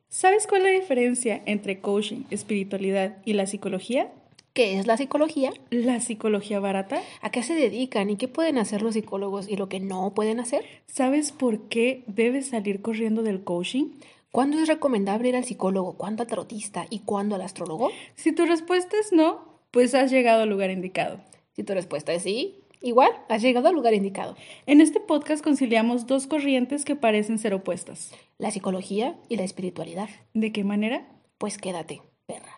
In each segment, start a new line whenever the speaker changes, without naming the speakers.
¿Sabes cuál es la diferencia entre coaching, espiritualidad y la psicología?
¿Qué es la psicología?
¿La psicología barata?
¿A qué se dedican y qué pueden hacer los psicólogos y lo que no pueden hacer?
¿Sabes por qué debes salir corriendo del coaching?
¿Cuándo es recomendable ir al psicólogo? ¿Cuándo al tarotista? ¿Y cuándo al astrólogo?
Si tu respuesta es no, pues has llegado al lugar indicado.
Si tu respuesta es sí, igual has llegado al lugar indicado.
En este podcast conciliamos dos corrientes que parecen ser opuestas.
La psicología y la espiritualidad.
¿De qué manera?
Pues quédate, perra.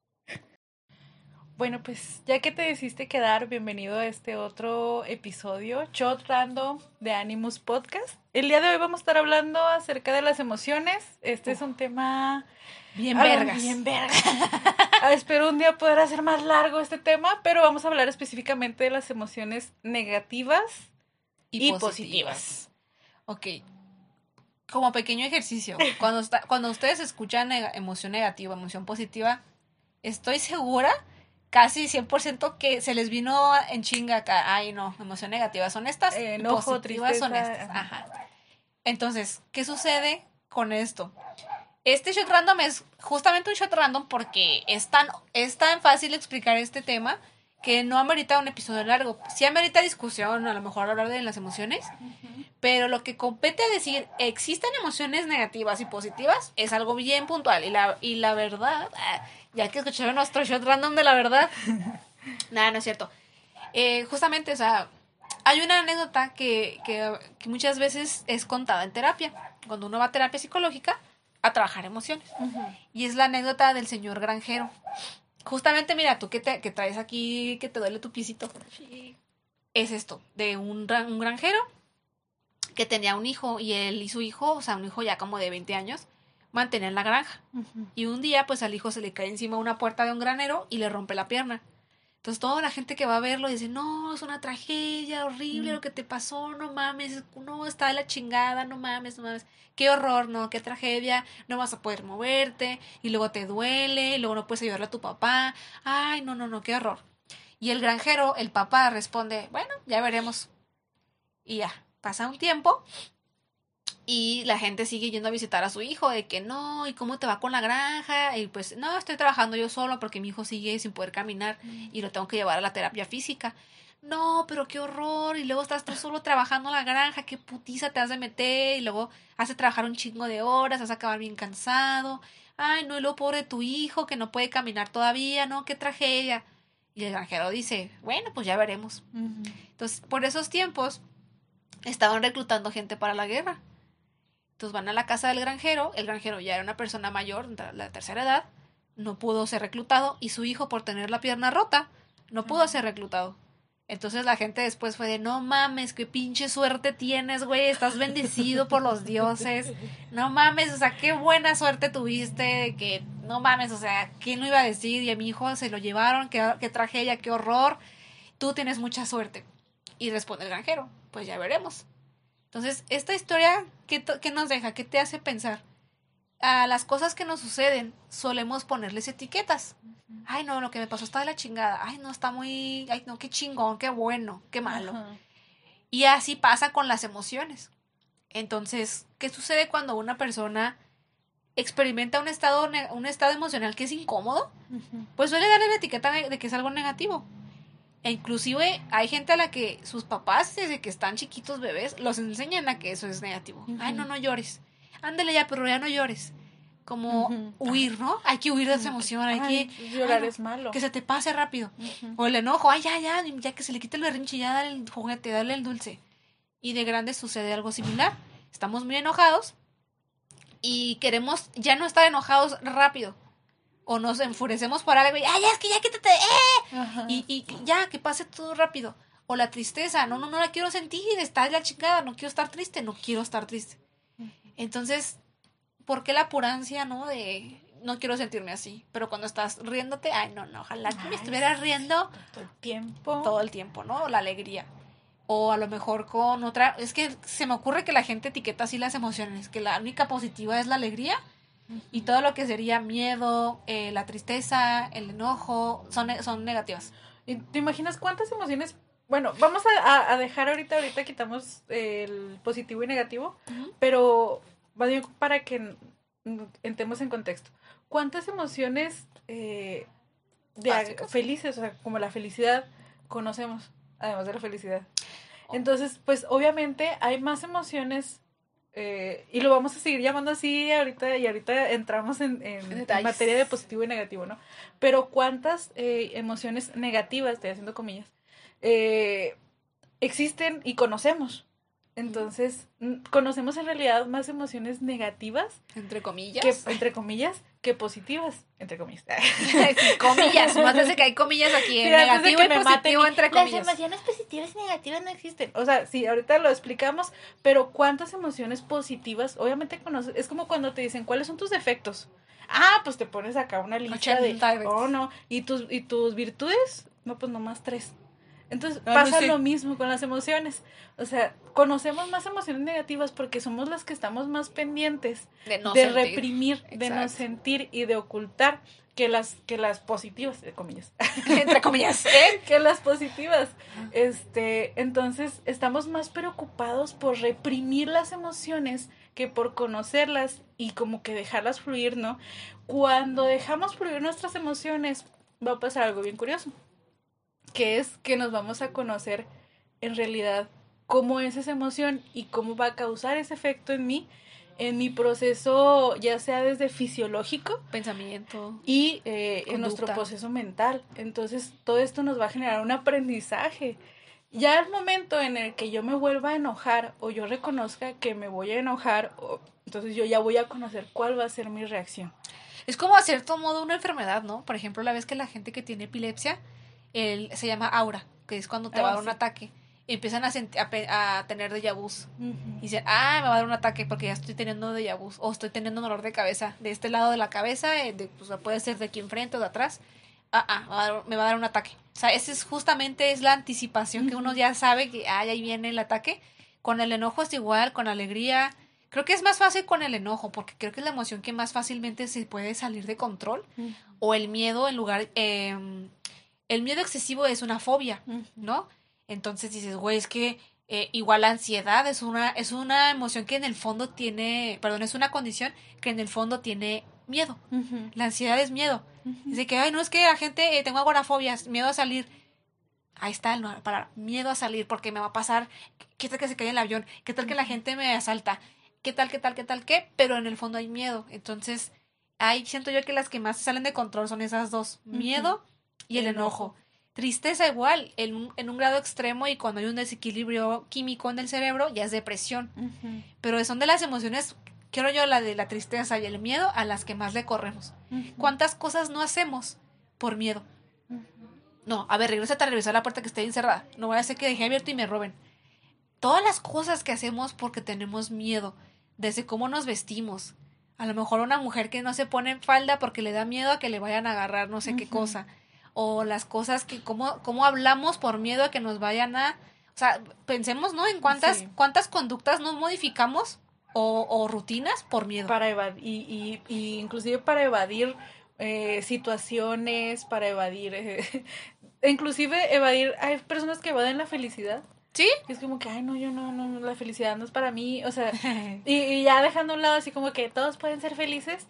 Bueno, pues ya que te decidiste quedar, bienvenido a este otro episodio, Shot Random de Animus Podcast. El día de hoy vamos a estar hablando acerca de las emociones. Este es un tema
bien vergas.
Bien vergas. Espero un día poder hacer más largo este tema, pero vamos a hablar específicamente de las emociones negativas y positivas.
Ok. Como pequeño ejercicio, cuando ustedes escuchan emoción negativa, emoción positiva, estoy segura, casi 100% que se les vino en chinga acá. Ay, no, emoción negativa son estas,
enojo,
positivas
tristeza,
son estas. Ajá. Entonces, ¿qué sucede con esto? Este shot random es justamente un shot random porque es tan fácil explicar este tema que no amerita un episodio largo. Sí amerita discusión, a lo mejor hablar de las emociones, pero lo que compete a decir existen emociones negativas y positivas es algo bien puntual. Y la verdad, ya que escucharon nuestro shot random de la verdad, nada, no es cierto. Justamente, o sea, hay una anécdota que muchas veces es contada en terapia. Cuando uno va a terapia psicológica, a trabajar emociones. Y es la anécdota del señor granjero. Justamente, mira, tú que traes aquí, que te duele tu pisito.
Sí.
Es esto, de un granjero que tenía un hijo y él y su hijo, o sea, un hijo ya como de 20 años, mantenían la granja. Y un día, pues al hijo se le cae encima una puerta de un granero y le rompe la pierna. Entonces toda la gente que va a verlo dice, no, es una tragedia horrible lo que te pasó, no mames, no, está de la chingada, no mames, qué horror, no, qué tragedia, no vas a poder moverte, y luego te duele, y luego no puedes ayudarle a tu papá, ay, no, qué horror. Y el granjero, el papá, responde, bueno, ya veremos. Y ya, pasa un tiempo, y la gente sigue yendo a visitar a su hijo, de que no, ¿y cómo te va con la granja? Y pues, no, estoy trabajando yo solo porque mi hijo sigue sin poder caminar y lo tengo que llevar a la terapia física. No, pero qué horror, y luego estás tú solo trabajando en la granja, qué putiza te has de meter, y luego has de trabajar un chingo de horas, vas a acabar bien cansado. Ay, no, y luego pobre tu hijo que no puede caminar todavía, no, qué tragedia. Y el granjero dice, bueno, pues ya veremos. Entonces, por esos tiempos, estaban reclutando gente para la guerra. Entonces van a la casa del granjero, el granjero ya era una persona mayor, de la tercera edad, no pudo ser reclutado, y su hijo, por tener la pierna rota, no pudo ser reclutado. Entonces la gente después fue de, no mames, qué pinche suerte tienes, güey, estás bendecido por los dioses, no mames, o sea, qué buena suerte tuviste, de que, no mames, o sea, ¿quién lo iba a decir? Y a mi hijo se lo llevaron, qué tragedia, qué horror, tú tienes mucha suerte. Y responde el granjero, pues ya veremos. Entonces, esta historia, ¿qué nos deja? ¿Qué te hace pensar? A las cosas que nos suceden, solemos ponerles etiquetas. Ay, no, lo que me pasó está de la chingada. Ay, no, está muy... Ay, no, qué chingón, qué bueno, qué malo. Y así pasa con las emociones. Entonces, ¿qué sucede cuando una persona experimenta un estado emocional que es incómodo? Pues suele darle la etiqueta de que es algo negativo. E inclusive hay gente a la que sus papás, desde que están chiquitos bebés, los enseñan a que eso es negativo. Ay, no llores. Ándale ya, pero ya no llores. Como huir, ¿no? Hay que huir de esa emoción, hay que...
Llorar es malo.
Que se te pase rápido. O el enojo, ay, ya que se le quite el berrinche, ya dale el juguete, dale el dulce. Y de grande sucede algo similar. Estamos muy enojados y queremos ya no estar enojados rápido. O nos enfurecemos por algo y, ay, es que ya quítate, y ya, que pase todo rápido. O la tristeza, no la quiero sentir, está de la chingada, no quiero estar triste. Entonces, ¿por qué la apurancia, no? De, no quiero sentirme así. Pero cuando estás riéndote, ay, no, ojalá que me estuviera riendo todo el tiempo, ¿no? La alegría. O a lo mejor con otra, es que se me ocurre que la gente etiqueta así las emociones, que la única positiva es la alegría. Y todo lo que sería miedo, la tristeza, el enojo, son negativas.
¿Y te imaginas cuántas emociones? Bueno, vamos a dejar ahorita quitamos el positivo y negativo, pero para que entremos en contexto. ¿Cuántas emociones
Básicas.
felices, o sea, como la felicidad, conocemos, además de la felicidad? Entonces, pues obviamente hay más emociones y lo vamos a seguir llamando así ahorita y ahorita entramos en
Detalles.
materia de positivo y negativo, ¿no? Pero ¿cuántas emociones negativas, estoy haciendo comillas, existen y conocemos? Entonces, conocemos en realidad más emociones negativas
Entre comillas.
que, entre comillas, que positivas, entre comillas.
Sí, comillas. Más desde que hay comillas aquí.
Sí,
En
antes de
negativo
que
y
me
positivo,
maten,
entre
las
comillas.
emociones positivas y negativas no existen. O sea, sí, ahorita lo explicamos, pero ¿cuántas emociones positivas? Obviamente conoces, es como cuando te dicen, ¿cuáles son tus defectos? Ah, pues te pones acá una lista
80
de,
defectos.
oh no, ¿y tus virtudes? No, pues nomás 3. Entonces
Ah,
pasa
no sé.
lo mismo con las emociones. O sea, conocemos más emociones negativas porque somos las que estamos más pendientes
De no
de
sentir.
reprimir, de no
Exacto.
sentir y de ocultar que las positivas, de comillas.
Entre comillas.
Que las positivas. Entonces, estamos más preocupados por reprimir las emociones que por conocerlas y como que dejarlas fluir, ¿no? Cuando dejamos fluir nuestras emociones, va a pasar algo bien curioso, que es que nos vamos a conocer en realidad cómo es esa emoción y cómo va a causar ese efecto en mi proceso, ya sea desde fisiológico,
Pensamiento.
y en nuestro
Conducta.
proceso mental. Entonces, todo esto nos va a generar un aprendizaje. Ya al momento en el que yo me vuelva a enojar o yo reconozca que me voy a enojar, entonces yo ya voy a conocer cuál va a ser mi reacción.
Es como a cierto modo una enfermedad, ¿no? Por ejemplo, la vez que la gente que tiene epilepsia, se llama aura, que es cuando te va a dar un
Sí.
ataque. Empiezan a tener déjà vus.
Uh-huh.
Y dicen, me va a dar un ataque porque ya estoy teniendo déjà vus. O estoy teniendo dolor de cabeza. De este lado de la cabeza, pues, puede ser de aquí enfrente o de atrás. Me va a dar un ataque. O sea, ese es justamente es la anticipación que uno ya sabe que, ahí viene el ataque. Con el enojo es igual, con alegría. Creo que es más fácil con el enojo, porque creo que es la emoción que más fácilmente se puede salir de control.
Uh-huh.
O el miedo en lugar... el miedo excesivo es una fobia,
Uh-huh.
¿no? Entonces dices, güey, es que igual la ansiedad es una emoción que en el fondo es una condición que en el fondo tiene miedo.
Uh-huh.
La ansiedad es miedo.
Uh-huh.
Dice que, no, es que la gente, tengo agorafobia, miedo a salir. Ahí está, miedo a salir porque me va a pasar, ¿qué tal que se cae el avión? ¿Qué tal que la gente me asalta? ¿Qué tal? Pero en el fondo hay miedo. Entonces, ahí siento yo que las que más salen de control son esas dos, miedo y el enojo. Tristeza igual, en un grado extremo y cuando hay un desequilibrio químico en el cerebro ya es depresión.
Uh-huh.
Pero son de las emociones, quiero yo, la de la tristeza y el miedo a las que más le corremos.
Uh-huh.
¿Cuántas cosas no hacemos por miedo?
Uh-huh.
No, a ver, regrésate a revisar la puerta que esté encerrada. No vaya a ser que dejé abierto y me roben. Todas las cosas que hacemos porque tenemos miedo, desde cómo nos vestimos. A lo mejor una mujer que no se pone en falda porque le da miedo a que le vayan a agarrar no sé qué cosa. O las cosas que, cómo hablamos por miedo a que nos vayan a... O sea, pensemos, ¿no? En cuántas conductas no modificamos o rutinas por miedo.
Para evadir, y inclusive para evadir situaciones, para evadir... inclusive evadir... Hay personas que evaden la felicidad.
¿Sí?
Es como que, no, yo no, la felicidad no es para mí. O sea, y ya dejando a un lado así como que todos pueden ser felices,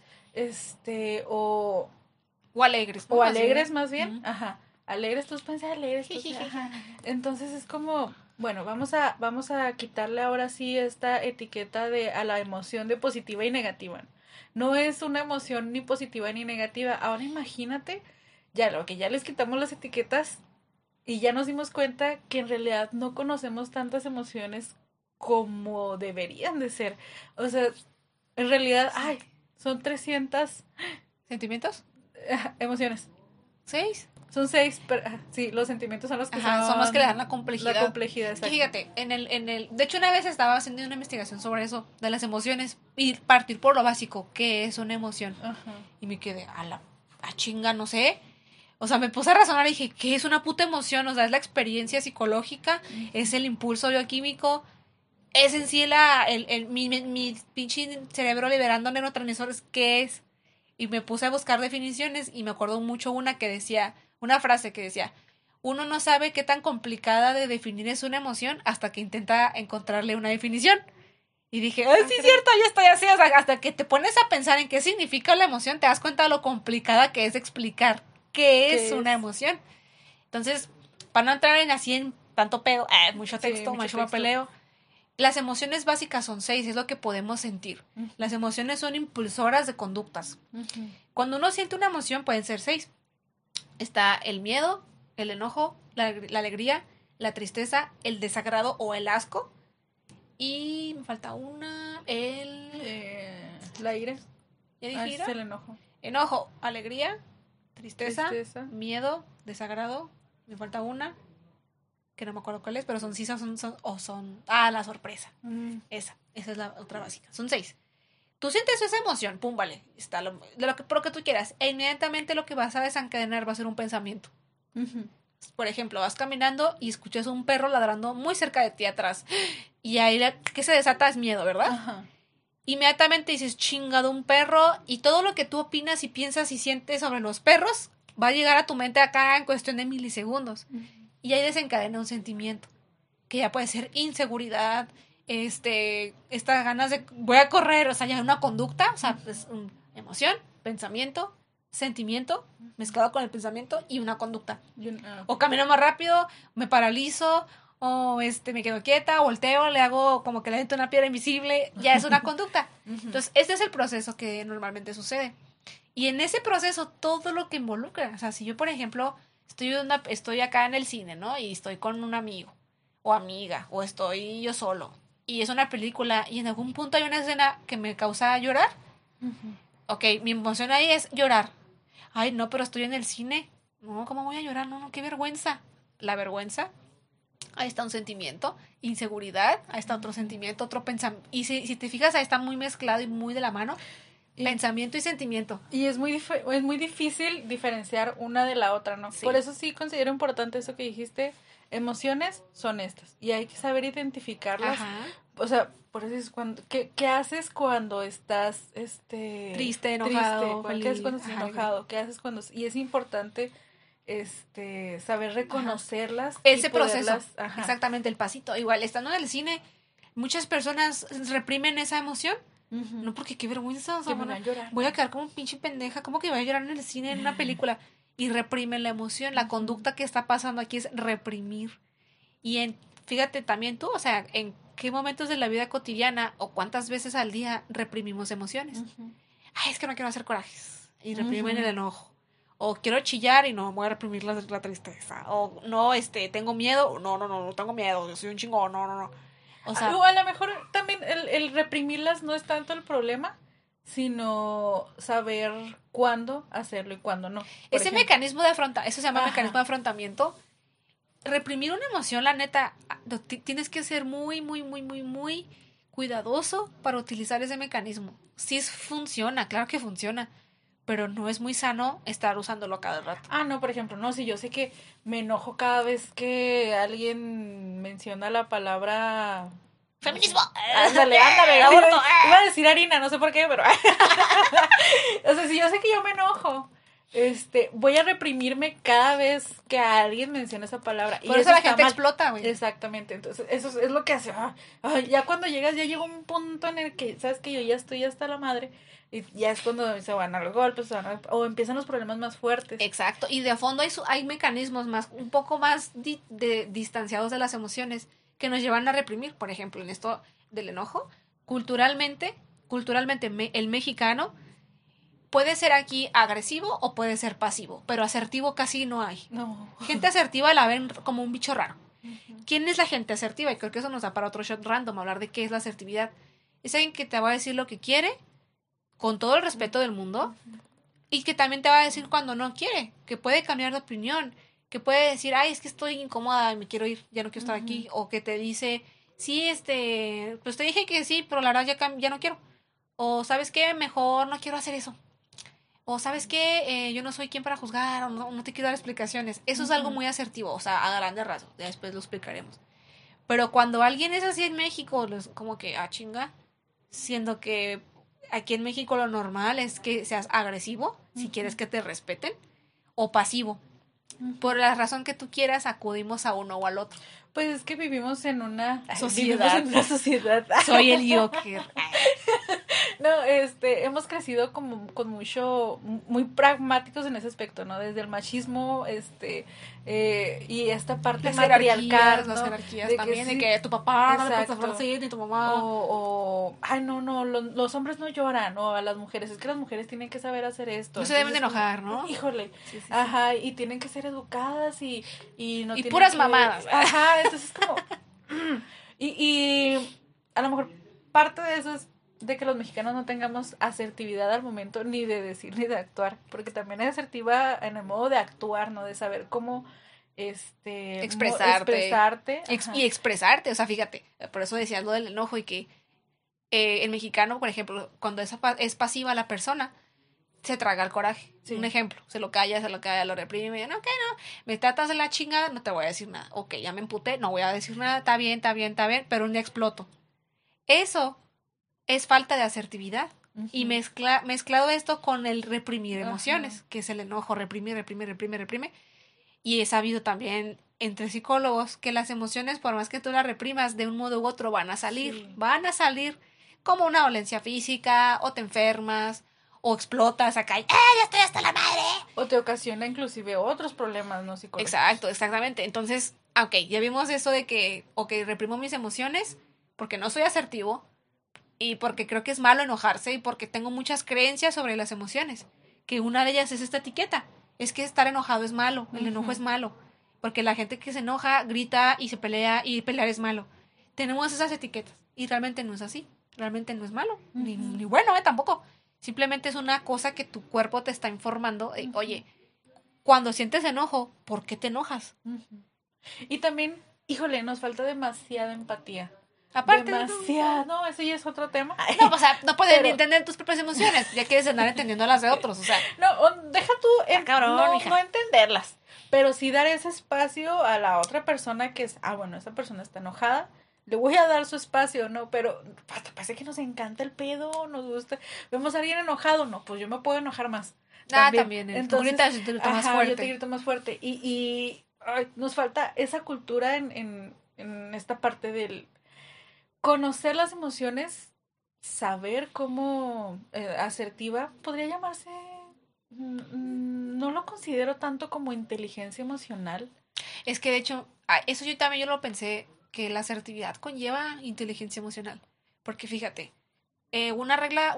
o alegres, ¿no?
O alegres más bien.
Uh-huh.
Ajá. Alegres, todos pueden ser alegres. Ajá. Entonces es como, bueno, vamos a quitarle ahora sí esta etiqueta a la emoción de positiva y negativa. No es una emoción ni positiva ni negativa. Ahora imagínate, ya les quitamos las etiquetas y ya nos dimos cuenta que en realidad no conocemos tantas emociones como deberían de ser. O sea, en realidad, son 300...
¿Sentimientos?
Emociones.
6.
Son 6, pero sí, los sentimientos son los que
son los que le dan la complejidad.
La complejidad, exacto.
Y fíjate, de hecho una vez estaba haciendo una investigación sobre eso, de las emociones, y partir por lo básico, ¿qué es una emoción?
Ajá.
Y me quedé, a chinga, no sé. O sea, me puse a razonar y dije, ¿qué es una puta emoción? O sea, es la experiencia psicológica, es el impulso bioquímico, es en sí mi pinche cerebro liberando neurotransmisores, ¿qué es? Y me puse a buscar definiciones y me acuerdo mucho una frase que decía, uno no sabe qué tan complicada de definir es una emoción hasta que intenta encontrarle una definición. Y dije, ¡ay, sí es cierto! Yo estoy así. O sea, hasta que te pones a pensar en qué significa la emoción, te das cuenta de lo complicada que es explicar qué es una emoción. Entonces, para no entrar en así en tanto pedo, mucho texto, mucho papeleo, las emociones básicas son 6, es lo que podemos sentir. Las emociones son impulsoras de conductas. Cuando uno siente una emoción, pueden ser 6. Está el miedo, el enojo, la alegría, la tristeza, el desagrado o el asco. Y me falta una,
la ira.
¿Ya dije ira?
Es el enojo.
Enojo, alegría, tristeza, miedo, desagrado. Me falta una, que no me acuerdo cuál es, pero son la sorpresa. Esa es la otra básica. Son 6. Tú sientes esa emoción, pum, vale, está por lo que tú quieras. E inmediatamente lo que vas a desencadenar va a ser un pensamiento. Por ejemplo, vas caminando y escuchas un perro ladrando muy cerca de ti atrás. Y ahí que se desata es miedo, ¿verdad? Ajá. Inmediatamente dices, chingado, un perro. Y todo lo que tú opinas y piensas y sientes sobre los perros va a llegar a tu mente acá en cuestión de milisegundos. Y ahí desencadena un sentimiento. Que ya puede ser inseguridad, estas ganas de voy a correr, o sea, ya una conducta, o sea, es emoción, pensamiento, sentimiento, mezclado con el pensamiento y una conducta. O camino más rápido, me paralizo, o me quedo quieta, volteo, le hago como que le meto una piedra invisible, ya es una conducta. Entonces, este es el proceso que normalmente sucede. Y en ese proceso, todo lo que involucra, o sea, si yo, por ejemplo, estoy acá en el cine, ¿no? Y estoy con un amigo, o amiga, o estoy yo solo, y es una película, y en algún punto hay una escena que me causa llorar, ok, mi emoción ahí es llorar. Ay, no, pero estoy en el cine. No, ¿cómo voy a llorar? No, qué vergüenza. La vergüenza, ahí está un sentimiento. Inseguridad, ahí está otro sentimiento, otro pensamiento. Y si te fijas, ahí está muy mezclado y muy de la mano. Pensamiento y sentimiento.
Y es muy difícil diferenciar una de la otra, ¿no? Sí. Por eso sí considero importante eso que dijiste. Emociones son estas. Y hay que saber identificarlas. Ajá. O sea, por eso es cuando... ¿Qué haces cuando estás
triste, enojado,
feliz? ¿Qué haces cuando estás enojado? ¿Qué haces cuando...? Y es importante saber reconocerlas.
Ese proceso. Exactamente, el pasito. Igual, estando en el cine, muchas personas reprimen esa emoción. No, porque qué vergüenza, o sea, voy a quedar como un pinche pendeja, como que voy a llorar en el cine, en una película, y reprimen la emoción. La conducta que está pasando aquí es reprimir. Y fíjate también tú, o sea, en qué momentos de la vida cotidiana o cuántas veces al día reprimimos emociones. Ay, es que no quiero hacer corajes, y reprimen el enojo. O quiero chillar y no, voy a reprimir la tristeza. O no, tengo miedo, no tengo miedo, yo soy un chingón, no.
O sea, a lo mejor también el reprimirlas no es tanto el problema, sino saber cuándo hacerlo y cuándo no.
Ese mecanismo de eso se llama mecanismo de afrontamiento. Reprimir una emoción, la neta, tienes que ser muy, muy, muy, muy, muy cuidadoso para utilizar ese mecanismo. Sí funciona, claro que funciona, pero no es muy sano estar usándolo a cada rato.
No, por ejemplo, no, si yo sé que me enojo cada vez que alguien menciona la palabra...
¡Feminismo!
Ándale, aborto. Iba a decir harina, no sé por qué, pero... O sea, si yo sé que yo me enojo, voy a reprimirme cada vez que alguien menciona esa palabra.
Por eso la gente explota, güey.
Exactamente, entonces eso es lo que hace. Ya cuando ya llega un punto en el que, ¿sabes que yo ya estoy hasta la madre? Y ya es cuando se van a los golpes, o empiezan los problemas más fuertes.
Exacto, y de fondo hay mecanismos un poco más distanciados de las emociones que nos llevan a reprimir. Por ejemplo, en esto del enojo, culturalmente el mexicano puede ser aquí agresivo o puede ser pasivo, pero asertivo casi no hay.
No.
Gente asertiva la ven como un bicho raro. ¿Quién es la gente asertiva? Y creo que eso nos da para otro shot random, hablar de qué es la asertividad. Es alguien que te va a decir lo que quiere, con todo el respeto del mundo, y que también te va a decir cuando no quiere, que puede cambiar de opinión, que puede decir, ay, es que estoy incómoda, me quiero ir, ya no quiero estar aquí, o que te dice, sí, pues te dije que sí, pero la verdad ya no quiero, o ¿sabes qué? Mejor no quiero hacer eso, o ¿sabes qué? Yo no soy quien para juzgar, o no te quiero dar explicaciones. Eso es algo muy asertivo, o sea, a grandes rasgos, ya después lo explicaremos. Pero cuando alguien es así en México, como que, chinga, siendo que aquí en México lo normal es que seas agresivo, si quieres que te respeten, o pasivo. por la razón que tú quieras, acudimos a uno o al otro.
Pues es que vivimos en una
Sociedad.
vivimos en una sociedad.
Soy el Joker.
No, hemos crecido como con muy pragmáticos en ese aspecto, ¿no? Desde el machismo, y esta parte
Las
matriarcal,
jerarquías,
¿no?
las jerarquías
De
también,
sí,
de que tu papá no le puedes
exacto.
hacer así, ni tu mamá.
Ay, no, los hombres no lloran, o a las mujeres, es que las mujeres tienen que saber hacer esto.
No se deben de
Entonces,
enojar, ¿no?
Híjole,
Sí, sí, sí.
ajá, y tienen que ser educadas y no
Y
tienen
puras
que-
mamadas.
Ajá, entonces como... y a lo mejor parte de eso es de que los mexicanos no tengamos asertividad al momento ni de decir ni de actuar, porque también es asertiva en el modo de actuar, ¿no? De saber cómo
Expresarte.
Ajá.
Y expresarte, o sea, fíjate, por eso decías lo del enojo y que el mexicano, por ejemplo, cuando es pasiva la persona, se traga el coraje.
Sí.
Un ejemplo, se lo calla, lo reprime, no, que no, me tratas de la chingada, no te voy a decir nada. Ok, ya me emputé, no voy a decir nada, está bien, pero un día exploto. Eso es falta de asertividad.
Ujú.
Y mezclado esto con el reprimir
Ajá.
emociones, que es el enojo, reprime. Y he sabido también entre psicólogos que las emociones, por más que tú las reprimas, de un modo u otro van a salir.
Sí.
Van a salir como una dolencia física, o te enfermas, o explotas acá y ya estoy hasta la madre!
O te ocasiona inclusive otros problemas, ¿no? Psicológicos.
Exacto, exactamente. Entonces, ok, ya vimos eso de que, ok, reprimo mis emociones porque no soy asertivo y porque creo que es malo enojarse y porque tengo muchas creencias sobre las emociones. Que una de ellas es esta etiqueta. Es que estar enojado es malo, el enojo
Ujú.
es malo. Porque la gente que se enoja grita y se pelea y pelear es malo. Tenemos esas etiquetas y realmente no es así. Realmente no es malo, ni bueno, tampoco. Simplemente es una cosa que tu cuerpo te está informando. Oye, cuando sientes enojo, ¿por qué te enojas?
Ujú. Y también, híjole, nos falta demasiada empatía.
Aparte,
Demasiado. No, ese ya es otro tema.
no, o sea, no puedes
Pero-
ni entender tus propias emociones. Ya quieres andar entendiendo las de otros, o sea.
No, deja tú
cabrón,
no,
mija.
no entenderlas, pero sí dar ese espacio a la otra persona que es, bueno, esa persona está enojada, le voy a dar su espacio, ¿no? Pero hasta parece que nos encanta el pedo, nos gusta. Vemos a alguien enojado, no, pues yo me puedo enojar más.
También. Tú
Entonces,
gritas y te gritas más
ajá,
fuerte.
yo te grito más fuerte. Y ay, nos falta esa cultura en esta parte del conocer las emociones, saber cómo asertiva, podría llamarse, no lo considero tanto como inteligencia emocional.
Es que de hecho, eso yo lo pensé, que la asertividad conlleva inteligencia emocional. Porque fíjate, una regla,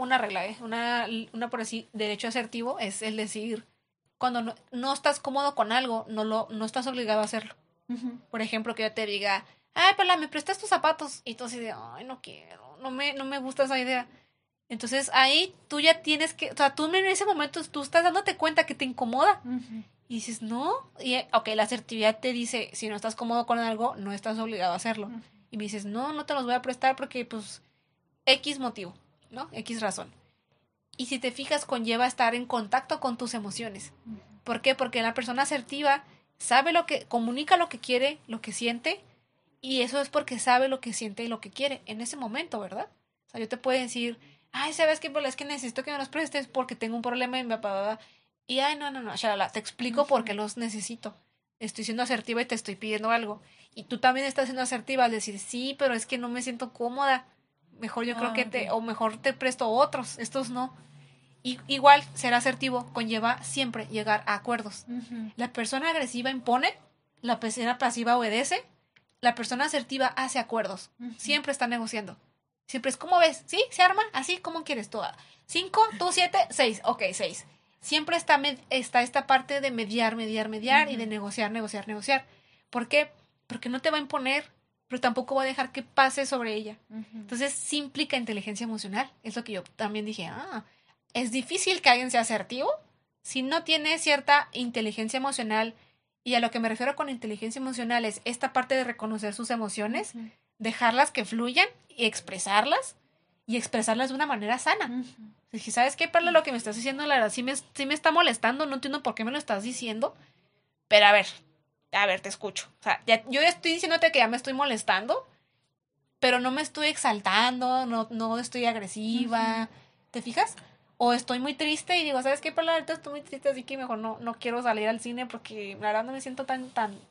una por así, derecho asertivo es el decir, cuando no estás cómodo con algo, no estás obligado a hacerlo.
Ujú.
Por ejemplo, que yo te diga, ay, Pela, ¿me prestas tus zapatos? Y tú así de, ay, no quiero, no me gusta esa idea. Entonces ahí tú ya tienes que, o sea, tú en ese momento tú estás dándote cuenta que te incomoda.
Ujú.
Y dices, no. Y, ok, la asertividad te dice, si no estás cómodo con algo, no estás obligado a hacerlo.
Ujú.
Y me dices, no te los voy a prestar porque, pues, X motivo, ¿no? X razón. Y si te fijas, conlleva estar en contacto con tus emociones. ¿Por qué? Porque la persona asertiva sabe comunica lo que quiere, lo que siente, y eso es porque sabe lo que siente y lo que quiere en ese momento, ¿verdad? O sea, yo te puedo decir, ay, ¿sabes qué? Pues es que necesito que me los prestes porque tengo un problema y me apagaba. Y, ay, no, shalala, te explico por qué los necesito. Estoy siendo asertiva y te estoy pidiendo algo. Y tú también estás siendo asertiva al decir, sí, pero es que no me siento cómoda. Mejor yo creo que
Ok.
o mejor te presto otros, estos no. Y igual, ser asertivo conlleva siempre llegar a acuerdos.
Ujú.
La persona agresiva impone, la persona pasiva obedece, la persona asertiva hace acuerdos.
Ujú.
Siempre está negociando. Siempre es, ¿cómo ves? ¿Sí? ¿Se arma? ¿Así? ¿Cómo quieres tú? 5, tú 7, 6. Ok, 6. Siempre está esta parte de mediar y de negociar. ¿Por qué? Porque no te va a imponer, pero tampoco va a dejar que pase sobre ella.
Ujú.
Entonces, sí implica inteligencia emocional. Es lo que yo también dije, es difícil que alguien sea asertivo si no tiene cierta inteligencia emocional. Y a lo que me refiero con inteligencia emocional es esta parte de reconocer sus emociones,
Ujú.
dejarlas que fluyan y expresarlas de una manera sana.
Ujú.
Dije, ¿sabes qué, Perla? Lo que me estás diciendo, la verdad, sí me está molestando, no entiendo por qué me lo estás diciendo, pero a ver, te escucho. O sea, yo ya estoy diciéndote que ya me estoy molestando, pero no me estoy exaltando, no estoy agresiva, ¿te fijas? O estoy muy triste y digo, ¿sabes qué? Pero la verdad estoy muy triste, así que mejor no quiero salir al cine porque la verdad no me siento tan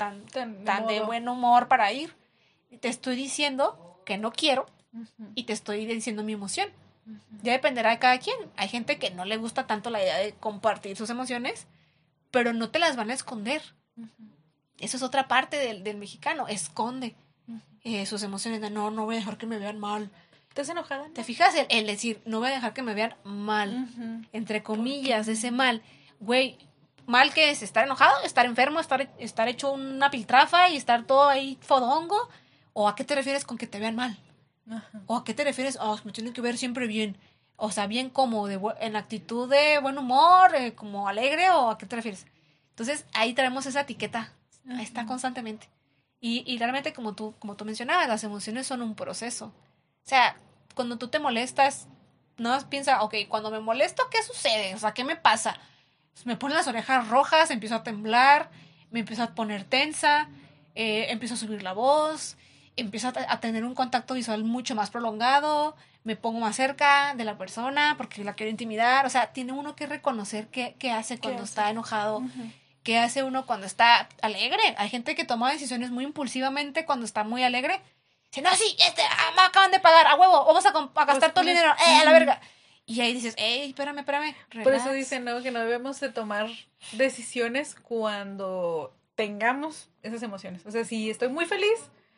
de buen humor para ir. Y te estoy diciendo que no quiero y te estoy diciendo mi emoción. Ya dependerá de cada quien. Hay gente que no le gusta tanto la idea de compartir sus emociones, pero no te las van a esconder. Eso es otra parte del mexicano, esconde sus emociones. No voy a dejar que me vean mal.
¿Estás enojada?
¿Te fijas el decir, no voy a dejar que me vean mal? Entre comillas, ese mal. Güey, mal que es estar enojado, estar enfermo, estar hecho una piltrafa y estar todo ahí fodongo. ¿O a qué te refieres con que te vean mal? ¿O a qué te refieres? Me tienen que ver siempre bien. O sea, bien como en actitud de buen humor, como alegre, ¿o a qué te refieres? Entonces, ahí traemos esa etiqueta. Ahí está constantemente. Y realmente, como tú mencionabas, las emociones son un proceso. O sea, cuando tú te molestas, no piensa, ok, cuando me molesto, ¿qué sucede? O sea, ¿qué me pasa? Me ponen las orejas rojas, empiezo a temblar, me empiezo a poner tensa, empiezo a subir la voz, empiezo a tener un contacto visual mucho más prolongado, me pongo más cerca de la persona porque la quiero intimidar. O sea, tiene uno que reconocer qué hace cuando está enojado, qué hace uno cuando está alegre. Hay gente que toma decisiones muy impulsivamente cuando está muy alegre. Dice, no, sí, me acaban de pagar, a huevo, vamos a gastar todo el dinero, a la verga. Y ahí dices, espérame, relax.
Por eso dicen, ¿no? Que no debemos de tomar decisiones cuando tengamos esas emociones. O sea, si estoy muy feliz,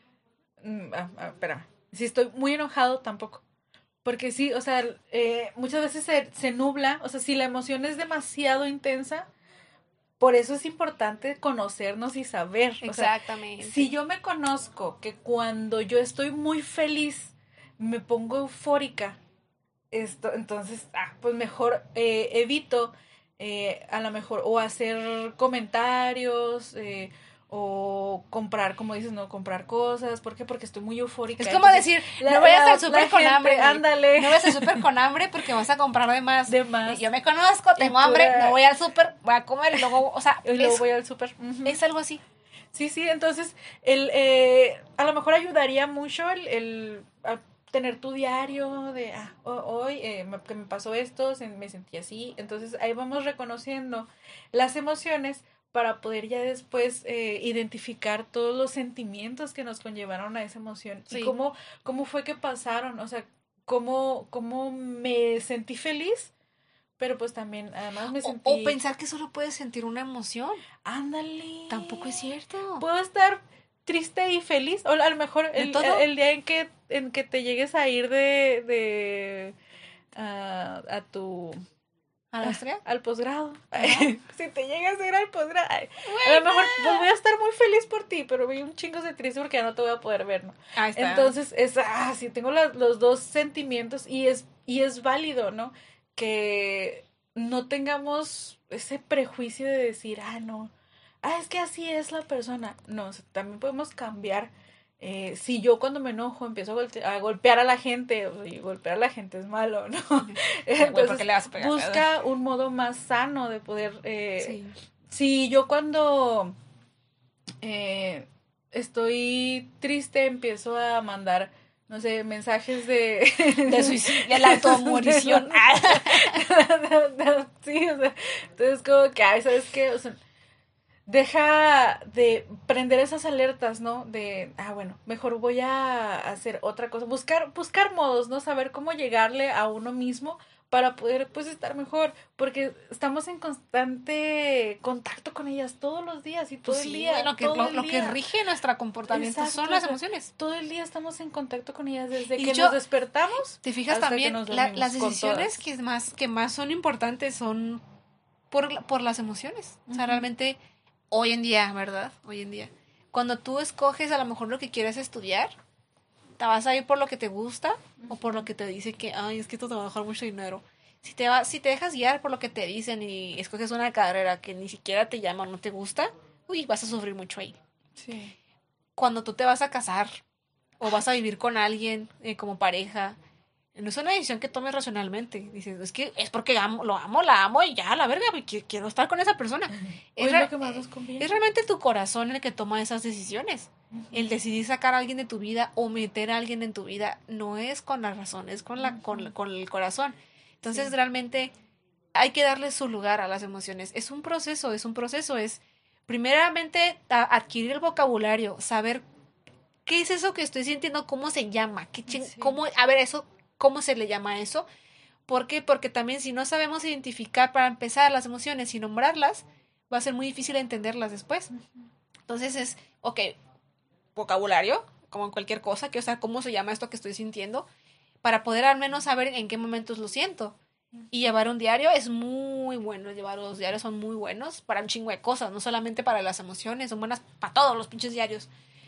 espérame. Si estoy muy enojado, tampoco. Porque sí, o sea, muchas veces se nubla. O sea, si la emoción es demasiado intensa, por eso es importante conocernos y saber.
Exactamente.
O sea, si yo me conozco que cuando yo estoy muy feliz me pongo eufórica, entonces, pues mejor evito a lo mejor o hacer comentarios o comprar, como dices, no comprar cosas. ¿Por qué? Porque estoy muy eufórica.
Es como decir, no vayas al súper con hambre.
Ándale.
No vayas al súper con hambre porque vas a comprar de más.
Yo
me conozco, tengo hambre, no voy al súper, voy a comer y luego, o sea,
y luego voy al súper.
Es algo así.
Sí, entonces a lo mejor ayudaría mucho el tener tu diario de hoy que me pasó esto, me sentí así. Entonces ahí vamos reconociendo las emociones para poder ya después identificar todos los sentimientos que nos conllevaron a esa emoción. Sí. Y cómo fue que pasaron, o sea, cómo me sentí feliz, pero pues también además me sentí...
O pensar que solo puedes sentir una emoción.
Ándale.
Tampoco es cierto.
Puedo estar triste y feliz, o a lo mejor el día en que te llegues a ir a tu...
¿A la maestría?
Al posgrado. Si te llegas a ir al posgrado, a lo mejor pues voy a estar muy feliz por ti, pero voy un chingo de triste porque ya no te voy a poder ver, ¿no?
Ahí está.
Entonces, sí, tengo los dos sentimientos y es válido, ¿no? Que no tengamos ese prejuicio de decir, no, es que así es la persona. No, o sea, también podemos cambiar. Si yo cuando me enojo empiezo a golpear a la gente, y golpear a la gente es malo, ¿no? Entonces,
le vas a pegar,
busca
¿verdad?
un modo más sano de poder...
Sí.
Si yo cuando estoy triste empiezo a mandar, no sé, mensajes de
suicidio, de la automorición.
Sí, o sea, entonces como que, ¿sabes qué? O sea, deja de prender esas alertas, ¿no? De, bueno, mejor voy a hacer otra cosa. Buscar modos, ¿no? Saber cómo llegarle a uno mismo para poder, pues, estar mejor. Porque estamos en constante contacto con ellas todos los días y todo el día.
Lo que rige nuestro comportamiento. Exacto, son las emociones.
Todo el día estamos en contacto con ellas desde que nos despertamos.
Te fijas también, las decisiones que más son importantes son por las emociones. O sea, realmente... Hoy en día, ¿verdad? Hoy en día. Cuando tú escoges a lo mejor lo que quieres estudiar, te vas a ir por lo que te gusta o por lo que te dice que, es que esto te va a dejar mucho dinero. Si te dejas guiar por lo que te dicen y escoges una carrera que ni siquiera te llama o no te gusta, vas a sufrir mucho ahí.
Sí.
Cuando tú te vas a casar o vas a vivir con alguien como pareja, no es una decisión que tomes racionalmente. Dices, es que es porque la amo y ya, la verga, quiero estar con esa persona.
Es lo que más nos conviene.
Es realmente tu corazón el que toma esas decisiones. El decidir sacar a alguien de tu vida o meter a alguien en tu vida no es con la razón, es con el corazón. Entonces, realmente, hay que darle su lugar a las emociones. Es un proceso, es primeramente adquirir el vocabulario, saber qué es eso que estoy sintiendo, cómo se llama, cómo, a ver, eso, cómo se le llama a eso. ¿Por qué? Porque también si no sabemos identificar para empezar las emociones y nombrarlas, va a ser muy difícil entenderlas después. Entonces es, ok, vocabulario, como en cualquier cosa, que o sea, cómo se llama esto que estoy sintiendo, para poder al menos saber en qué momentos lo siento. Y llevar un diario es muy bueno, llevar los diarios son muy buenos para un chingo de cosas, no solamente para las emociones, son buenas para todos los pinches diarios.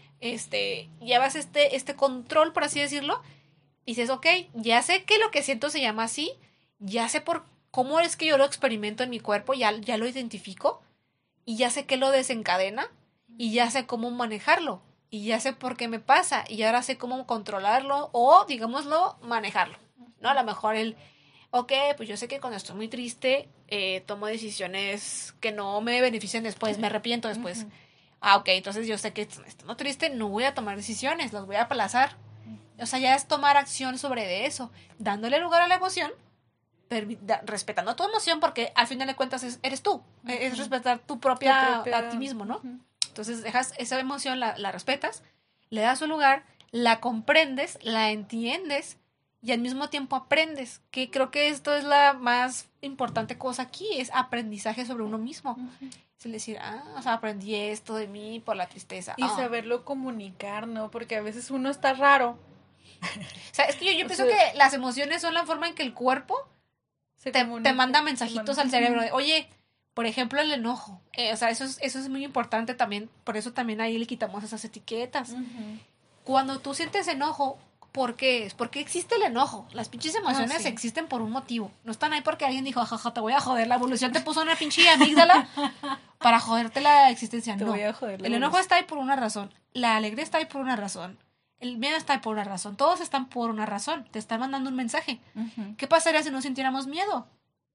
Llevas este control, por así decirlo, y dices, ok, ya sé que lo que siento se llama así, ya sé por cómo es que yo lo experimento en mi cuerpo, ya lo identifico, y ya sé qué lo desencadena, y ya sé cómo manejarlo, y ya sé por qué me pasa, y ahora sé cómo controlarlo, o, digámoslo, manejarlo, ¿no? A lo mejor ok, pues yo sé que cuando estoy muy triste, tomo decisiones que no me benefician después, me arrepiento después. Ok, entonces yo sé que estando triste no voy a tomar decisiones, las voy a aplazar. O sea, ya es tomar acción sobre eso, dándole lugar a la emoción, respetando tu emoción, porque al final de cuentas eres tú, es respetar tu propia a ti mismo, ¿no? Entonces dejas esa emoción, la respetas, le das su lugar, la comprendes, la entiendes y al mismo tiempo aprendes, que creo que esto es la más importante cosa aquí, es aprendizaje sobre uno mismo. Es decir, o sea, aprendí esto de mí por la tristeza.
Y saberlo comunicar, ¿no? Porque a veces uno está raro.
O sea, es que yo pienso que las emociones son la forma en que el cuerpo te manda mensajitos al cerebro de, oye, por ejemplo, el enojo. O sea, eso es muy importante también, por eso también ahí le quitamos esas etiquetas. Cuando tú sientes enojo, ¿por qué es? Porque existe el enojo. Las pinches emociones existen por un motivo. No están ahí porque alguien dijo, jaja, te voy a joder. La evolución te puso una pinche amígdala para joderte la existencia. No. El enojo está ahí por una razón. La alegría está ahí por una razón. El miedo está ahí por una razón. Todos están por una razón. Te están mandando un mensaje. ¿Qué pasaría si no sintiéramos miedo?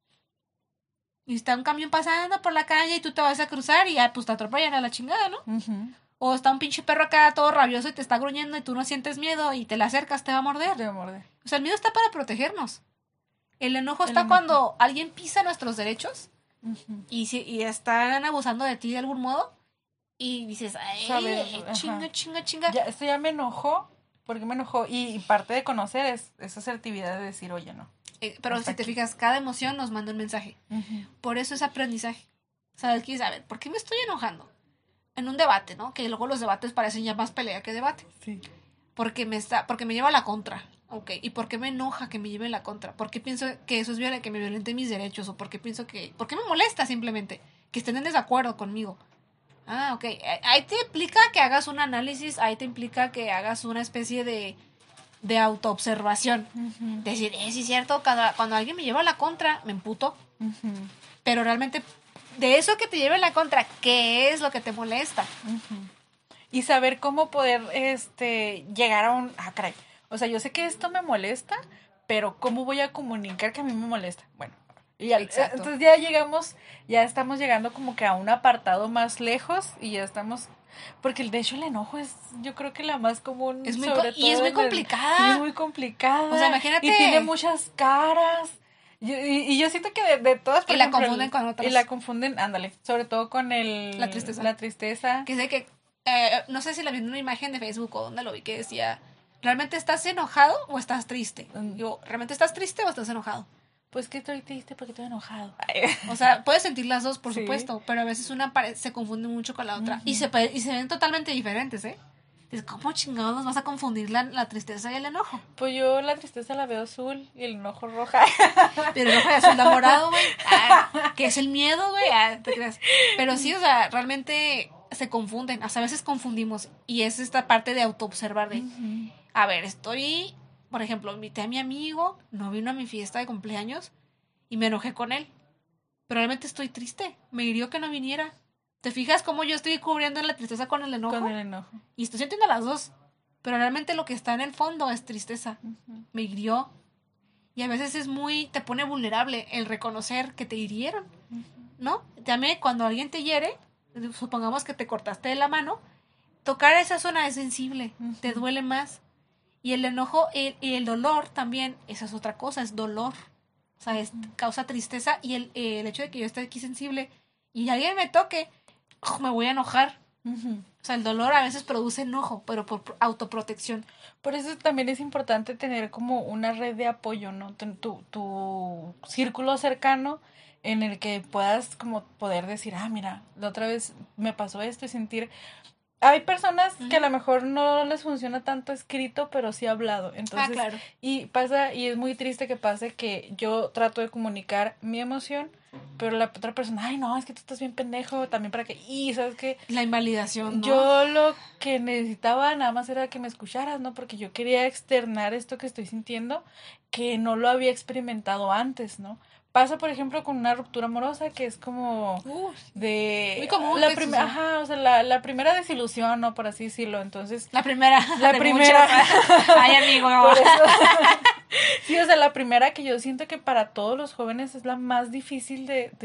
Y está un camión pasando por la calle y tú te vas a cruzar y pues te atropellan a la chingada, ¿no? O está un pinche perro acá todo rabioso y te está gruñendo y tú no sientes miedo y te le acercas, te va a morder. O sea, el miedo está para protegernos. El enojo está cuando alguien pisa nuestros derechos y están abusando de ti de algún modo y dices, ay, chinga.
Esto ya me enojó. ¿Por qué me enojó? Y parte de conocer es esa asertividad de decir, oye, no.
Pero si te fijas, cada emoción nos manda un mensaje. Por eso es aprendizaje. ¿Sabes qué? A ver, ¿por qué me estoy enojando? En un debate, ¿no? Que luego los debates parecen ya más pelea que debate.
Sí.
Porque me lleva a la contra. Ok. ¿Y por qué me enoja que me lleve a la contra? ¿Por qué pienso que eso es que me violente mis derechos? ¿O por qué pienso ¿por qué me molesta simplemente? Que estén en desacuerdo conmigo. Ok. Ahí te implica que hagas un análisis, ahí te implica que hagas una especie de autoobservación. Decir, sí es cierto, cuando alguien me lleva a la contra, me emputo. Pero realmente, de eso que te lleve a la contra, ¿qué es lo que te molesta?
Y saber cómo poder llegar a un... caray. O sea, yo sé que esto me molesta, pero ¿cómo voy a comunicar que a mí me molesta? Bueno, entonces ya estamos llegando como que a un apartado más lejos y ya estamos... Porque de hecho el enojo es, yo creo que la más común.
Y es muy complicada.
Es muy complicada.
O sea, imagínate.
Y tiene muchas caras. Y yo siento que de todas.
Y la confunden con otras.
Y la confunden, ándale. Sobre todo con
la tristeza.
La tristeza.
Que sé que, no sé si la vi en una imagen de Facebook o donde lo vi que decía, ¿realmente estás enojado o estás triste? Digo, ¿realmente estás triste o estás enojado?
Pues que estoy triste porque estoy enojado.
O sea, puedes sentir las dos, por supuesto, pero a veces una se confunde mucho con la otra. Y se ven totalmente diferentes, ¿eh? Entonces, ¿cómo chingados nos vas a confundir la tristeza y el enojo?
Pues yo la tristeza la veo azul y el enojo roja.
Pero el enojo es azul da morado, güey. Que es el miedo, güey. ¿Te creas? Pero sí, o sea, realmente se confunden. Hasta a veces confundimos. Y es esta parte de autoobservar de, a ver, por ejemplo, invité a mi amigo, no vino a mi fiesta de cumpleaños y me enojé con él. Pero realmente estoy triste. Me hirió que no viniera. ¿Te fijas cómo yo estoy cubriendo la tristeza con el enojo?
Con el enojo.
Y estoy sintiendo las dos. Pero realmente lo que está en el fondo es tristeza. Me hirió. Y a veces te pone vulnerable el reconocer que te hirieron. ¿No? También cuando alguien te hiere, supongamos que te cortaste de la mano, tocar esa zona es sensible. Te duele más. Y el enojo y el dolor también, esa es otra cosa, es dolor. O sea, causa tristeza y el hecho de que yo esté aquí sensible y alguien me toque, me voy a enojar. O sea, el dolor a veces produce enojo, pero por autoprotección.
Por eso también es importante tener como una red de apoyo, ¿no? Tu círculo cercano en el que puedas como poder decir, mira, la otra vez me pasó esto y sentir... Hay personas que a lo mejor no les funciona tanto escrito, pero sí hablado. Entonces,
claro.
Y es muy triste que pase que yo trato de comunicar mi emoción, pero la otra persona, ay no, es que tú estás bien pendejo, también para que, y sabes que
la invalidación, ¿no?
Yo lo que necesitaba nada más era que me escucharas, ¿no? Porque yo quería externar esto que estoy sintiendo, que no lo había experimentado antes, ¿no? Pasa, por ejemplo, con una ruptura amorosa que es como de...
Muy común.
O sea, la primera desilusión, ¿no? Por así decirlo. Entonces...
La primera. Ay, amigo.
Por eso... Sí, o sea, la primera que yo siento que para todos los jóvenes es la más difícil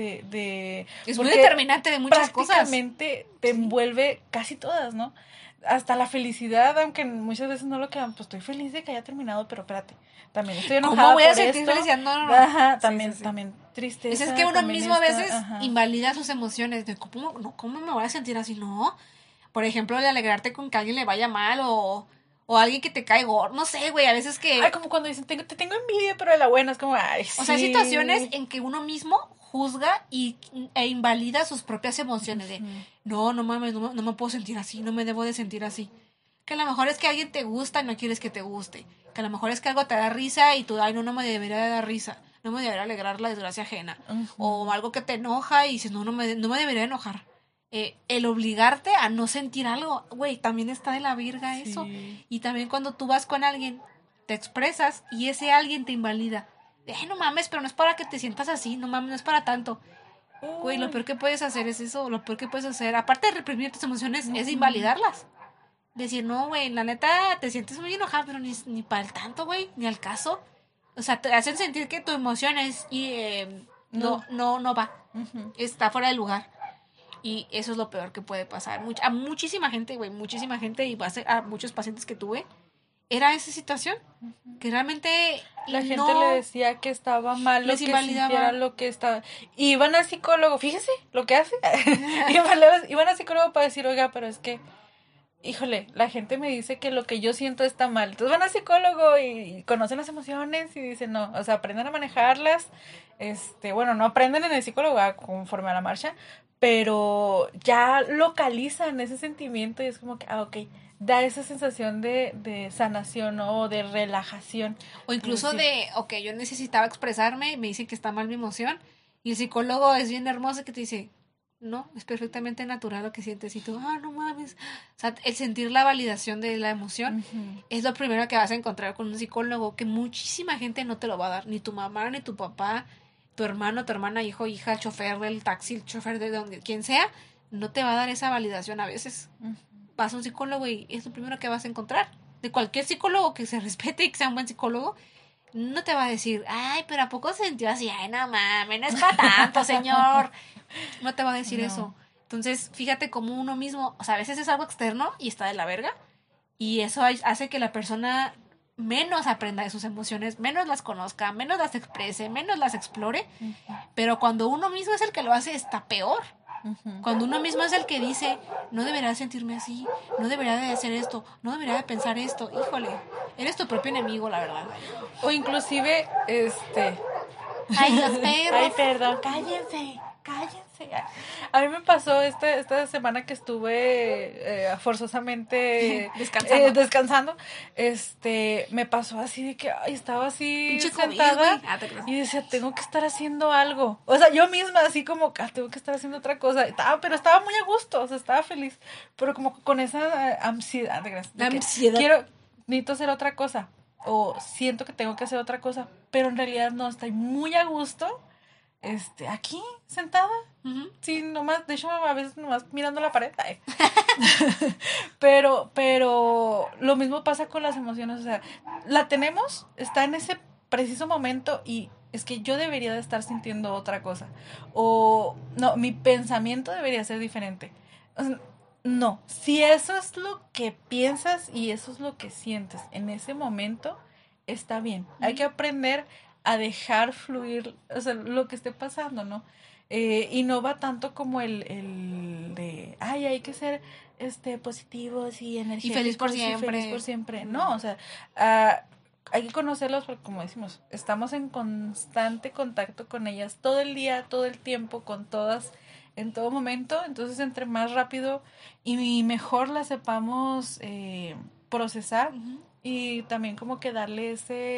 de
es muy determinante de muchas cosas.
Prácticamente te envuelve casi todas, ¿no? Hasta la felicidad, aunque muchas veces no lo quedan, pues estoy feliz de que haya terminado, pero espérate, también estoy enojada.
¿Cómo voy a
por
sentir
esto?
felicidad? No.
Ajá, también tristeza.
Es que uno mismo a veces
ajá.
invalida sus emociones. De ¿cómo me voy a sentir así? No. Por ejemplo, de alegrarte con que a alguien le vaya mal o alguien que te cae gordo. No sé, güey, a veces que...
Ay, como cuando dicen, te tengo envidia, pero de la buena, es como, ay, sí.
O sea, hay situaciones en que uno mismo juzga e invalida sus propias emociones. De, no mames, no me puedo sentir así, no me debo de sentir así. Que a lo mejor es que alguien te gusta y no quieres que te guste. Que a lo mejor es que algo te da risa y tú, ay, no me debería de dar risa. No me debería alegrar la desgracia ajena. O algo que te enoja y dices, no me debería enojar. El obligarte a no sentir algo, güey, también está de la virga eso. Y también cuando tú vas con alguien, te expresas y ese alguien te invalida. No mames, pero no es para que te sientas así, no mames, no es para tanto. Güey, lo peor que puedes hacer es eso, lo peor que puedes hacer, aparte de reprimir tus emociones, es invalidarlas. Decir, no, güey, la neta, te sientes muy enojada, pero ni para el tanto, güey, ni al caso. O sea, te hacen sentir que tu emoción es, no va, está fuera de lugar. Y eso es lo peor que puede pasar. A muchísima gente, güey, y a muchos pacientes que tuve, era esa situación. Que realmente
la gente le decía que estaba mal,
les
lo que
invalidaba.
sintiera, lo que estaba... Iban al psicólogo, fíjese lo que hace. Iban al psicólogo para decir, oiga, pero es que, híjole, la gente me dice que lo que yo siento está mal. Entonces van al psicólogo y conocen las emociones y dicen, no, o sea, aprenden a manejarlas. Bueno, no aprenden en el psicólogo conforme a la marcha, pero ya localizan ese sentimiento y es como que, ok, da esa sensación de sanación, ¿no? O de relajación.
O incluso yo necesitaba expresarme, me dicen que está mal mi emoción, y el psicólogo es bien hermoso que te dice, no, es perfectamente natural lo que sientes, y tú, no mames. O sea, el sentir la validación de la emoción es lo primero que vas a encontrar con un psicólogo, que muchísima gente no te lo va a dar, ni tu mamá, ni tu papá, tu hermano, tu hermana, hijo, hija, el chofer del taxi, el chofer de donde, quien sea, no te va a dar esa validación a veces. Vas a un psicólogo y es lo primero que vas a encontrar. De cualquier psicólogo que se respete y que sea un buen psicólogo, no te va a decir, ay, pero ¿a poco se sintió así? Ay, no mames, no es para tanto, señor. No te va a decir eso. Entonces, fíjate cómo uno mismo, o sea, a veces es algo externo y está de la verga, y eso hace que la persona menos aprenda de sus emociones, menos las conozca, menos las exprese, menos las explore, pero cuando uno mismo es el que lo hace, está peor. Cuando uno mismo es el que dice, no debería de sentirme así, no debería de hacer esto, no debería de pensar esto, híjole, eres tu propio enemigo, la verdad.
O inclusive,
Ay, los perros.
Ay, perdón, cállense. A mí me pasó esta semana que estuve forzosamente descansando. Me pasó así de que estaba así
pinche
sentada
COVID,
y decía, tengo que estar haciendo algo. O sea, yo misma así como, tengo que estar haciendo otra cosa. Pero estaba muy a gusto, o sea, estaba feliz. Pero como con esa ansiedad. Necesito hacer otra cosa. O siento que tengo que hacer otra cosa. Pero en realidad no, estoy muy a gusto. Aquí, sentada, sí, nomás, de hecho, a veces nomás mirando la pared, pero lo mismo pasa con las emociones, o sea, la tenemos, está en ese preciso momento y es que yo debería de estar sintiendo otra cosa, o no, mi pensamiento debería ser diferente, o sea, no, si eso es lo que piensas y eso es lo que sientes en ese momento, está bien, hay que aprender a dejar fluir, o sea, lo que esté pasando, ¿no? Y no va tanto como el de, ay, hay que ser positivos y energéticos
y
feliz por siempre. No, o sea, ah, hay que conocerlos porque, como decimos, estamos en constante contacto con ellas todo el día, todo el tiempo, con todas, en todo momento. Entonces, entre más rápido y mejor las sepamos procesar, y también como que darle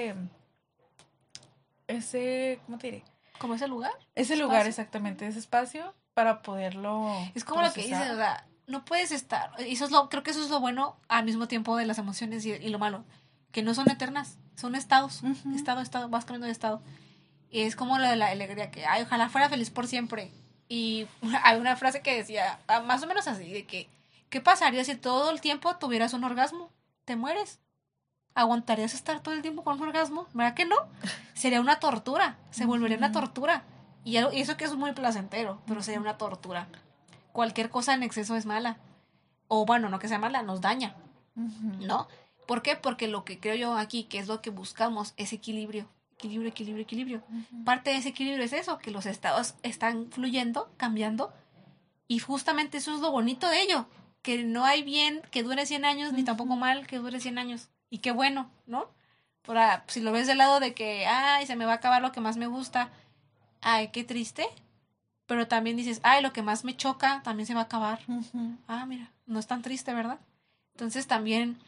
ese, ¿cómo te diré?
¿Como ese lugar?
Ese lugar, exactamente, ese espacio para poderlo
Es como
procesar.
lo que dices, o sea, no puedes estar, y eso es lo, creo que eso es lo bueno al mismo tiempo de las emociones y lo malo, que no son eternas, son estados, estado, vas cambiando de estado. Y es como lo de la alegría, que, ay, ojalá fuera feliz por siempre. Y hay una frase que decía, más o menos así, de que, ¿qué pasaría si todo el tiempo tuvieras un orgasmo? Te mueres. ¿Aguantarías estar todo el tiempo con un orgasmo? ¿Verdad que no? Sería una tortura, se volvería una tortura. Y eso que es muy placentero, pero sería una tortura. Cualquier cosa en exceso es mala. O bueno, no que sea mala, nos daña. ¿No? ¿Por qué? Porque lo que creo yo aquí, que es lo que buscamos, es equilibrio. Equilibrio. Parte de ese equilibrio es eso, que los estados están fluyendo, cambiando. Y justamente eso es lo bonito de ello. Que no hay bien que dure 100 años, ni tampoco mal que dure 100 años. Y qué bueno, ¿no? Ahora, si lo ves del lado de que, ay, se me va a acabar lo que más me gusta, ay, qué triste. Pero también dices, ay, lo que más me choca también se va a acabar. Ah, mira, no es tan triste, ¿verdad? Entonces también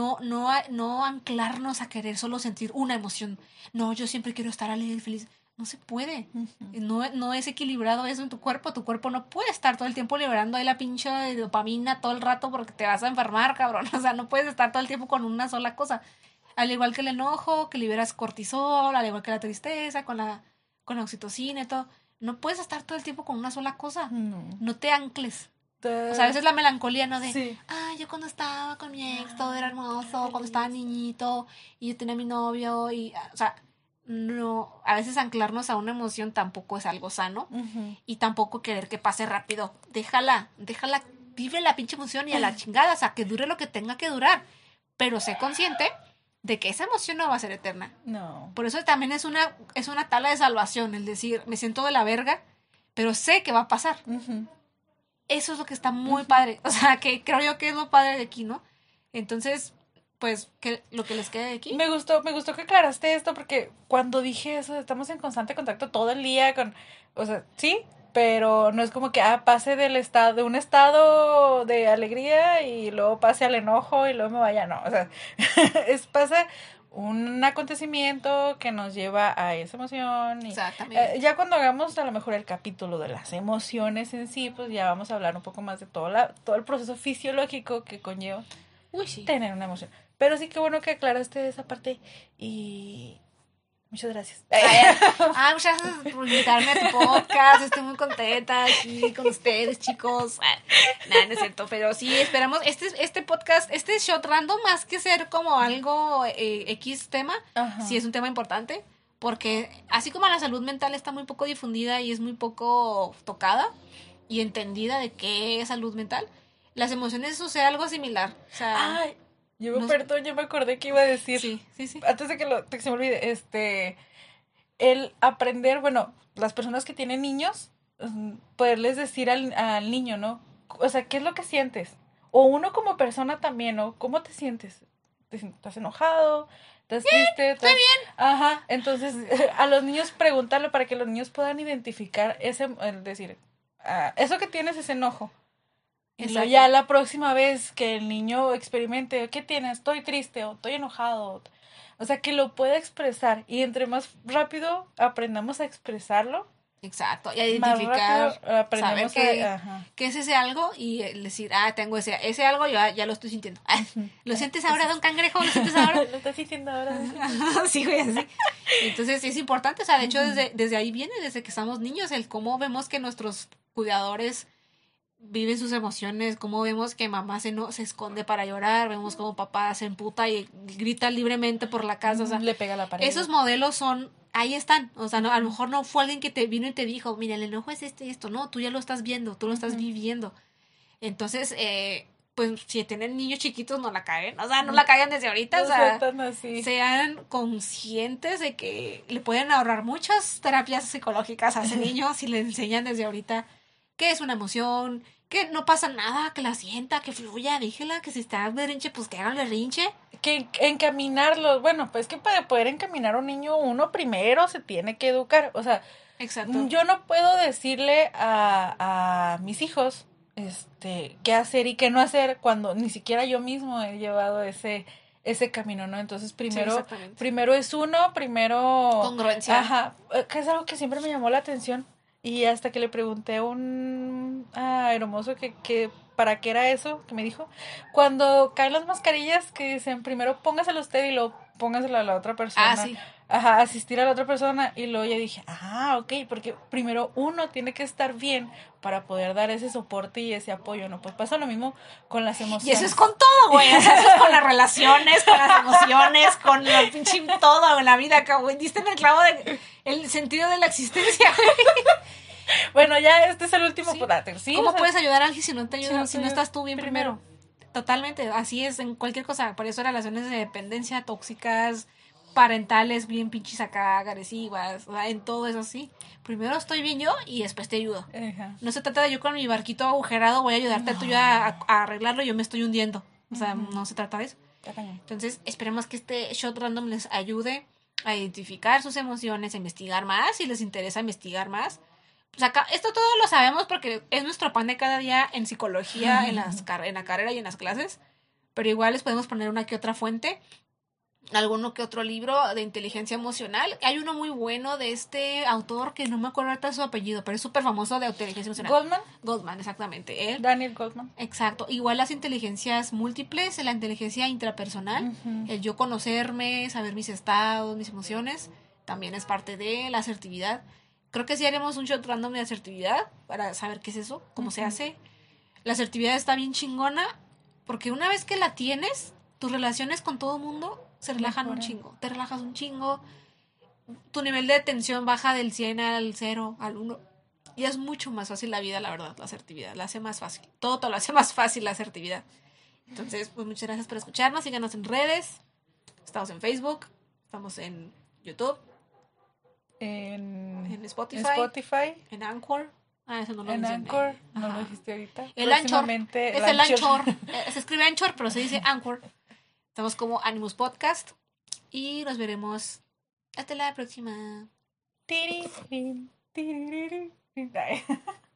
no anclarnos a querer solo sentir una emoción. No, yo siempre quiero estar alegre y feliz. No se puede. No es equilibrado eso en tu cuerpo. Tu cuerpo no puede estar todo el tiempo liberando ahí la pinche dopamina todo el rato porque te vas a enfermar, cabrón. O sea, no puedes estar todo el tiempo con una sola cosa. Al igual que el enojo, que liberas cortisol, al igual que la tristeza, con la oxitocina y todo. No puedes estar todo el tiempo con una sola cosa. No te ancles. O sea, a veces la melancolía, ¿no? De,
Sí.
yo cuando estaba con mi ex, todo era hermoso, cuando estaba niñito, y yo tenía a mi novio, y, o sea, no, a veces anclarnos a una emoción tampoco es algo sano, y tampoco querer que pase rápido. Déjala, vive la pinche emoción y a la chingada, o sea, que dure lo que tenga que durar, pero sé consciente de que esa emoción no va a ser eterna.
No.
Por eso también es una tabla de salvación, el decir, me siento de la verga, pero sé que va a pasar. Eso es lo que está muy padre. O sea, que creo yo que es lo padre de aquí, ¿no? Entonces, pues, lo que les quede de aquí.
Me gustó que aclaraste esto porque cuando dije eso, estamos en constante contacto todo el día con, o sea, sí, pero no es como que pase de un estado de alegría y luego pase al enojo y luego me vaya, no, o sea, pasa un acontecimiento que nos lleva a esa emoción y
Exactamente.
ya cuando hagamos a lo mejor el capítulo de las emociones en sí, pues ya vamos a hablar un poco más de todo el proceso fisiológico que conlleva tener una emoción. Pero sí que bueno que aclaraste esa parte y muchas gracias.
Muchas gracias por invitarme a tu podcast. Estoy muy contenta aquí con ustedes, chicos. Nada, no es cierto, pero sí, esperamos este podcast, este shot random, más que ser como algo X tema, sí es un tema importante, porque así como la salud mental está muy poco difundida y es muy poco tocada y entendida de qué es salud mental, las emociones sucede algo similar. O sea,
perdón, yo me acordé que iba a decir.
Sí.
Antes de que se me olvide, el aprender, bueno, las personas que tienen niños, poderles decir al niño, ¿no? O sea, ¿qué es lo que sientes? O uno como persona también, ¿no? ¿Cómo te sientes? ¿Estás enojado? ¿Estás triste?
Estoy bien.
Ajá, entonces a los niños preguntarle para que los niños puedan identificar el decir, eso que tienes es enojo. Y luego ya la próxima vez que el niño experimente, ¿qué tienes? Estoy triste o estoy enojado. O sea, que lo pueda expresar. Y entre más rápido aprendamos a expresarlo.
Exacto. Y a identificar,
aprendemos
saber qué es ese algo y decir, tengo ese algo, yo ya lo estoy sintiendo. ¿Lo sientes ahora, don Cangrejo? ¿Lo sientes ahora?
Lo estás sintiendo ahora.
Sí, güey, así. Entonces es importante, o sea, de hecho desde ahí viene, desde que estamos niños, el cómo vemos que nuestros cuidadores viven sus emociones, cómo vemos que mamá se esconde para llorar, vemos cómo papá se emputa y grita libremente por la casa, o sea,
le pega a la pared.
Esos modelos ahí están, o sea, no, a lo mejor no fue alguien que te vino y te dijo, mira, el enojo es esto y esto, no, tú ya lo estás viendo, tú lo estás viviendo. Entonces, pues si tienen niños chiquitos no la caguen, o sea, no la caguen desde ahorita,
No
o sea,
sean tan así.
sean conscientes de que le pueden ahorrar muchas terapias psicológicas a ese niño si le enseñan desde ahorita qué es una emoción, que no pasa nada, que la sienta, que fluya, díjela, que si está berrinche, pues que haga el berrinche.
Que encaminarlos, bueno, pues que para poder encaminar a un niño, uno primero se tiene que educar, o sea,
Exacto.
yo no puedo decirle a mis hijos, qué hacer y qué no hacer cuando ni siquiera yo mismo he llevado ese camino, ¿no? Entonces
exactamente.
primero es uno, primero...
Congruencia.
Ajá, que es algo que siempre me llamó la atención y hasta que le pregunté a un hermoso que para qué era eso, que me dijo, cuando caen las mascarillas que dicen primero póngaselo usted y luego póngaselo a la otra persona.
Ah, sí.
Ajá, asistir a la otra persona y luego ya dije, ok, porque primero uno tiene que estar bien para poder dar ese soporte y ese apoyo, ¿no? Pues pasa lo mismo con las emociones.
Y eso es con todo, güey, o sea, eso es con las relaciones, con las emociones, con la pinche todo en la vida, güey, diste en el clavo de el sentido de la existencia, güey.
Bueno, ya este es el último
Sí.
podater, ¿sí?
¿Cómo
O sea,
puedes ayudar a alguien si no te ayudas,
si
si
no
no
te
estás tú bien primero? Totalmente, así es en cualquier cosa, por eso relaciones de dependencia tóxicas, parentales bien pinches acá, agresivas, o sea, en todo eso así. Primero estoy bien yo y después te ayudo.
Ajá.
No se trata de yo con mi barquito agujerado voy a ayudarte tú ya a arreglarlo, yo me estoy hundiendo. O sea, no se trata de eso.
Está cañón.
Entonces, esperemos que este shot random les ayude a identificar sus emociones, a investigar más, si les interesa investigar más. Pues acá, esto todo lo sabemos porque es nuestro pan de cada día en psicología, en la carrera y en las clases. Pero igual les podemos poner una que otra fuente, alguno que otro libro de inteligencia emocional. Hay uno muy bueno de este autor que no me acuerdo ahorita su apellido, pero es súper famoso de inteligencia emocional.
Goldman,
Goldman, exactamente. Él.
Daniel Goldman.
Exacto. Igual las inteligencias múltiples, la inteligencia intrapersonal, el yo conocerme, saber mis estados, mis emociones, también es parte de la asertividad. Creo que sí haremos un shot random de asertividad para saber qué es eso, cómo se hace. La asertividad está bien chingona porque una vez que la tienes, tus relaciones con todo el mundo se relajan un chingo. Te relajas un chingo. Tu nivel de tensión baja del 100 al 0, al 1. Y es mucho más fácil la vida, la verdad, la asertividad. La hace más fácil. Todo te lo hace más fácil la asertividad. Entonces, pues muchas gracias por escucharnos. Síganos en redes. Estamos en Facebook. Estamos en YouTube.
En
Spotify. En Anchor. Eso no lo
En
mencioné.
Anchor. No
Ajá.
lo dijiste ahorita.
El Anchor.
Próximamente,
Es el Anchor. Se escribe Anchor, pero se dice Anchor. Estamos como Animus Podcast. Y nos veremos hasta la próxima.
Tiri, tiri, tiri, tiri.